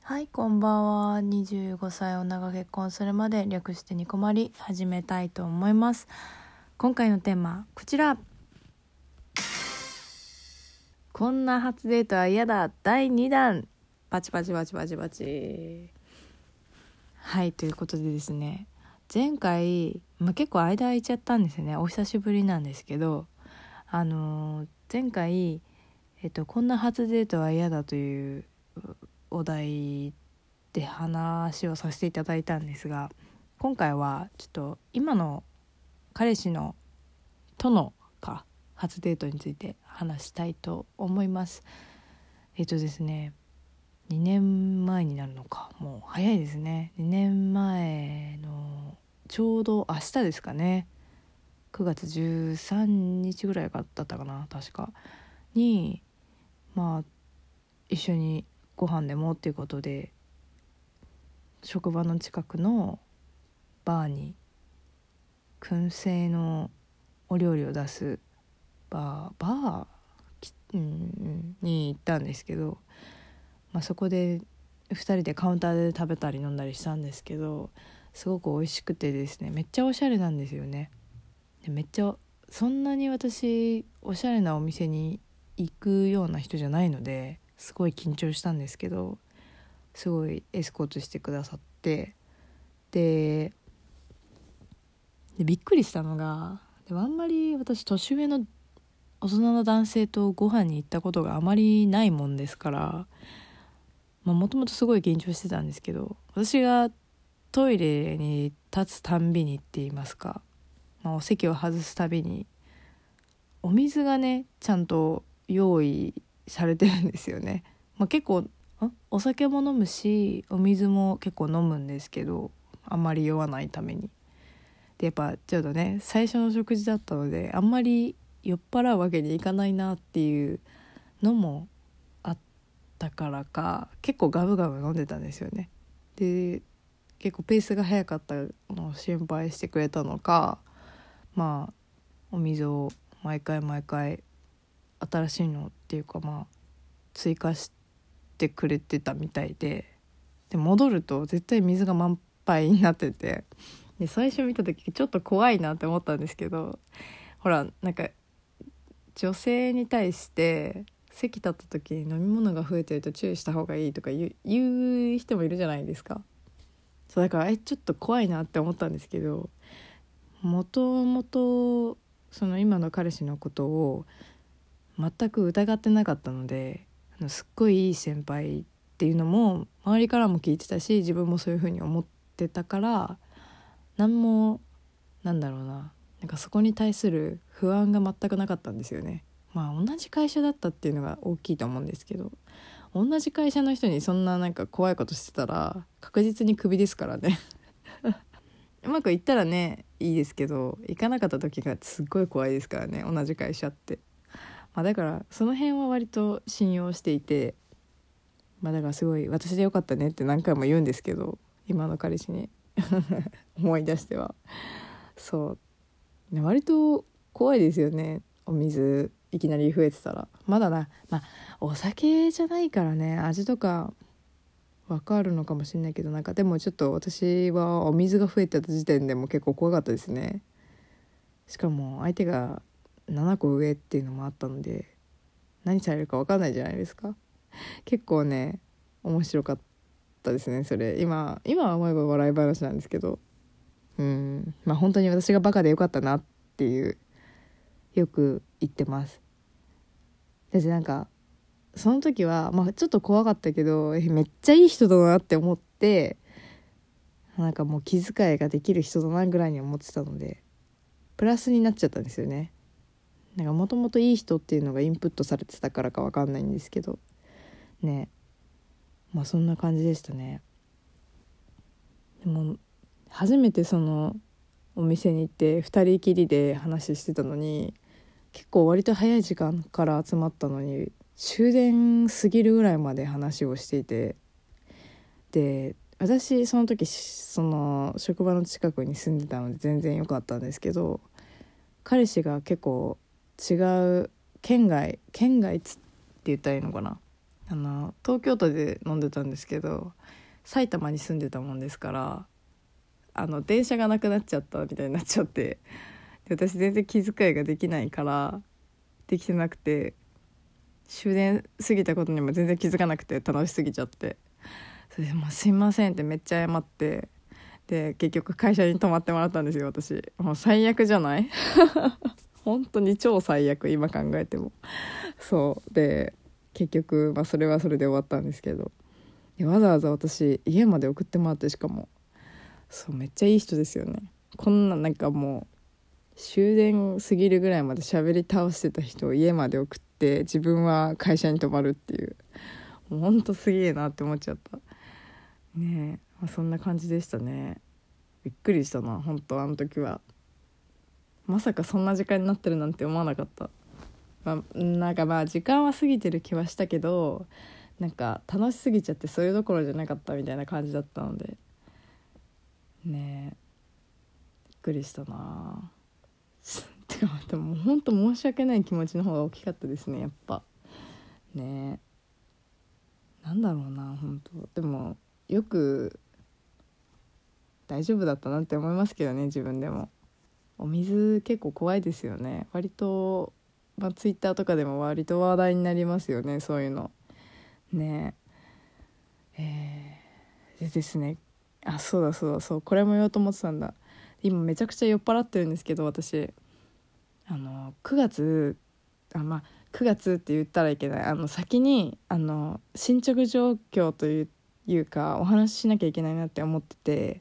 はい、こんばんは。25歳女が結婚するまで略してニコマリ始めたいと思います。今回のテーマこちら。こんな初デートは嫌だ第2弾パチパチパチパチパチ。はい、ということでですね、前回、結構間空いちゃったんですよね。お久しぶりなんですけど、前回、こんな初デートは嫌だというお題で話をさせていただいたんですが、今回はちょっと今の彼氏のとの初デートについて話したいと思います。ですね、2年前になるのか、もう早いですね。2年前のちょうど明日ですかね、9月13日ぐらいだったかな、確かに一緒にご飯でもっていうことで職場の近くのバーに燻製のお料理を出すバーに行ったんですけど、そこで2人でカウンターで食べたり飲んだりしたんですけど、すごく美味しくてですね、めっちゃおしゃれなんですよね。でめっちゃそんなに私おしゃれなお店に行くような人じゃないので、すごい緊張したんですけど、すごいエスコートしてくださって、でびっくりしたのが、あんまり私年上の大人の男性とご飯に行ったことがあまりないもんですから、もともとすごい緊張してたんですけど、私がトイレに立つたんびにって言いますか、お席を外すたびにお水がねちゃんと用意されてるんですよね。結構お酒も飲むしお水も結構飲むんですけど、あんまり酔わないために。でやっぱちょうどね最初の食事だったので、あんまり酔っ払うわけにいかないなっていうのもあったからか、結構ガブガブ飲んでたんですよね。で結構ペースが早かったのを心配してくれたのか、お水を毎回新しいのっていうか追加してくれてたみたいで、戻ると絶対水が満杯になってて、で最初見た時ちょっと怖いなって思ったんですけど、ほらなんか女性に対して席立った時に飲み物が増えてると注意した方がいいとか言う人もいるじゃないですか。そうだからちょっと怖いなって思ったんですけど、もともとその今の彼氏のことを全く疑ってなかったので、すっごいいい先輩っていうのも周りからも聞いてたし、自分もそういう風に思ってたから、なんもなんかそこに対する不安が全くなかったんですよね。同じ会社だったっていうのが大きいと思うんですけど、同じ会社の人にそんななんか怖いことしてたら確実にクビですからねうまくいったらねいいですけど、いかなかった時がすっごい怖いですからね、同じ会社って。だからその辺は割と信用していて、だからすごい私でよかったねって何回も言うんですけど、今の彼氏に思い出してはそう割と怖いですよね。お水いきなり増えてたらまだな、お酒じゃないからね味とかわかるのかもしれないけど、でもちょっと私はお水が増えてた時点でも結構怖かったですね。しかも相手が7個上っていうのもあったので、何されるか分かんないじゃないですか。結構ね面白かったですねそれ。今思えば笑い話なんですけど、本当に私がバカでよかったなっていうよく言ってます。私その時はちょっと怖かったけど、めっちゃいい人だなって思って、もう気遣いができる人だなぐらいに思ってたので、プラスになっちゃったんですよね。もともといい人っていうのがインプットされてたからか分かんないんですけどね。そんな感じでしたね。でも初めてそのお店に行って2人きりで話してたのに、結構割と早い時間から集まったのに終電過ぎるぐらいまで話をしていて、で私その時その職場の近くに住んでたので全然良かったんですけど、彼氏が結構違う県外つって言ったらいいのかな、 東京都で飲んでたんですけど、埼玉に住んでたもんですから、電車がなくなっちゃったみたいになっちゃって、で私全然気遣いができないからできてなくて、終電過ぎたことにも全然気づかなくて、楽しすぎちゃって、それでもうすいませんってめっちゃ謝って、で結局会社に泊まってもらったんですよ。私もう最悪じゃない本当に超最悪、今考えても。そうで結局、それはそれで終わったんですけど、わざわざ私家まで送ってもらって、しかもそうめっちゃいい人ですよね。こんななんかもう終電過ぎるぐらいまで喋り倒してた人を家まで送って、自分は会社に泊まるっていう、もうほんとすげえなって思っちゃったねえ。そんな感じでしたね。びっくりしたな、本当あの時は。まさかそんな時間になってるなんて思わなかった。なんか時間は過ぎてる気はしたけど、なんか楽しすぎちゃってそれどころじゃなかったみたいな感じだったのでねえ、びっくりしたなてかでも本当申し訳ない気持ちの方が大きかったですね、やっぱねえ。なんだろうな、本当でもよく大丈夫だったなって思いますけどね、自分でも。お水結構怖いですよね、割と。ツイッターとかでも割と話題になりますよね、そういうのね。でですね、そうだそうだ、そうこれも言おうと思ってたんだ。今めちゃくちゃ酔っ払ってるんですけど、私9月9月って言ったらいけない、先に進捗状況というかお話ししなきゃいけないなって思ってて、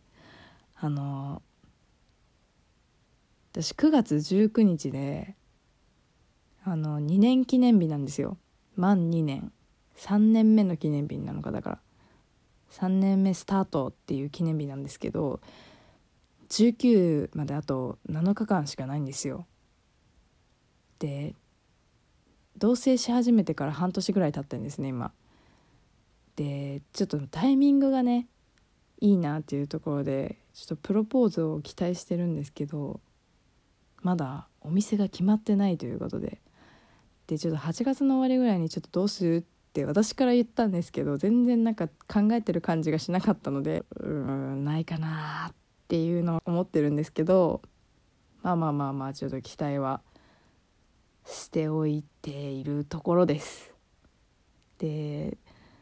私9月19日で2年記念日なんですよ。満2年、3年目の記念日なのか、だから3年目スタートっていう記念日なんですけど、19まであと7日間しかないんですよ。で同棲し始めてから半年ぐらい経ってるんですね、今で。ちょっとタイミングがねいいなっていうところで、ちょっとプロポーズを期待してるんですけど、まだお店が決まってないということで、ちょっと8月の終わりぐらいにちょっとどうするって私から言ったんですけど、全然なんか考えてる感じがしなかったので、ないかなっていうのを思ってるんですけど、ちょっと期待はしておいているところです。で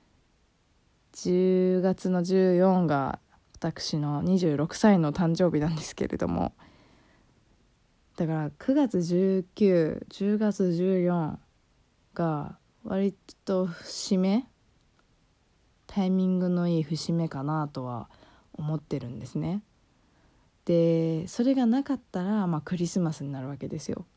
10月の14が私の26歳の誕生日なんですけれども、だから9月19、10月14が割と節目、タイミングのいい節目かなとは思ってるんですね。でそれがなかったらクリスマスになるわけですよ。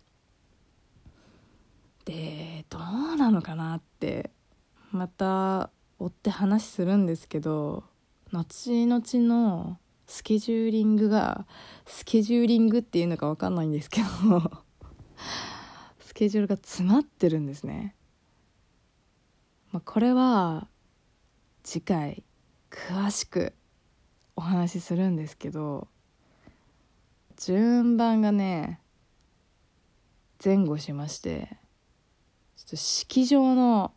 でどうなのかなってまた追って話するんですけど、後々のスケジューリングっていうのか分かんないんですけどスケジュールが詰まってるんですね。これは次回詳しくお話しするんですけど、順番がね前後しまして、ちょっと式場の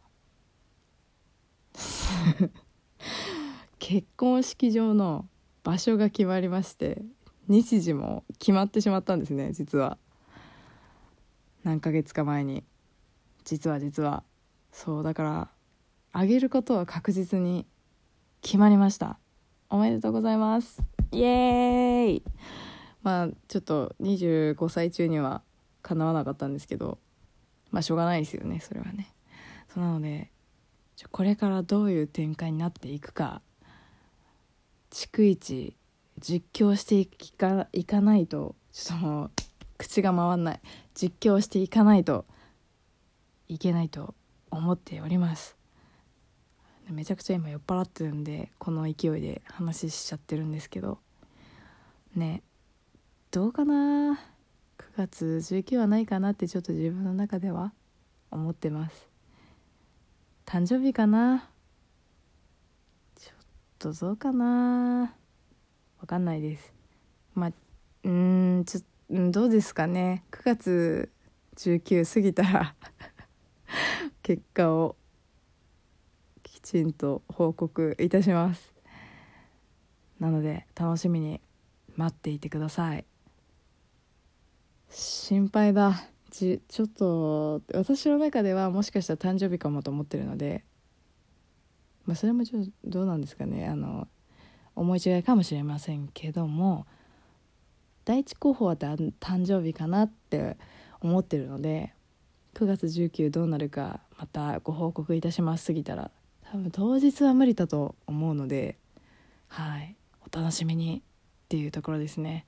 結婚式場の場所が決まりまして、日時も決まってしまったんですね。実は何ヶ月か前に実はそうだから、あげることは確実に決まりました。おめでとうございます、イエーイ。ちょっと25歳中には叶わなかったんですけど、しょうがないですよね、それはね。そうなのでこれからどういう展開になっていくか、逐一実況していかないと、ちょっともう口が回んない、実況していかないといけないと思っております。めちゃくちゃ今酔っ払ってるんでこの勢いで話しちゃってるんですけどね、どうかな、9月19はないかなってちょっと自分の中では思ってます。誕生日かな、ちょっとどうかな、わかんないです。どうですかね、9月19過ぎたら結果をちんと報告いたします。なので楽しみに待っていてください。心配だ。ちょっと私の中ではもしかしたら誕生日かもと思ってるので、それもどうなんですかね、思い違いかもしれませんけども、第一候補は誕生日かなって思ってるので、9月19どうなるかまたご報告いたします。過ぎたら多分当日は無理だと思うので、お楽しみにっていうところですね。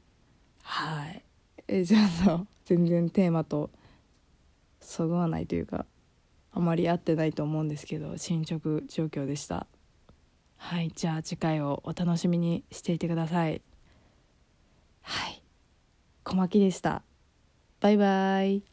じゃあ全然テーマとそぐわないというか、あまり合ってないと思うんですけど、進捗状況でした。じゃあ次回をお楽しみにしていてください。小牧でした。バイバイ。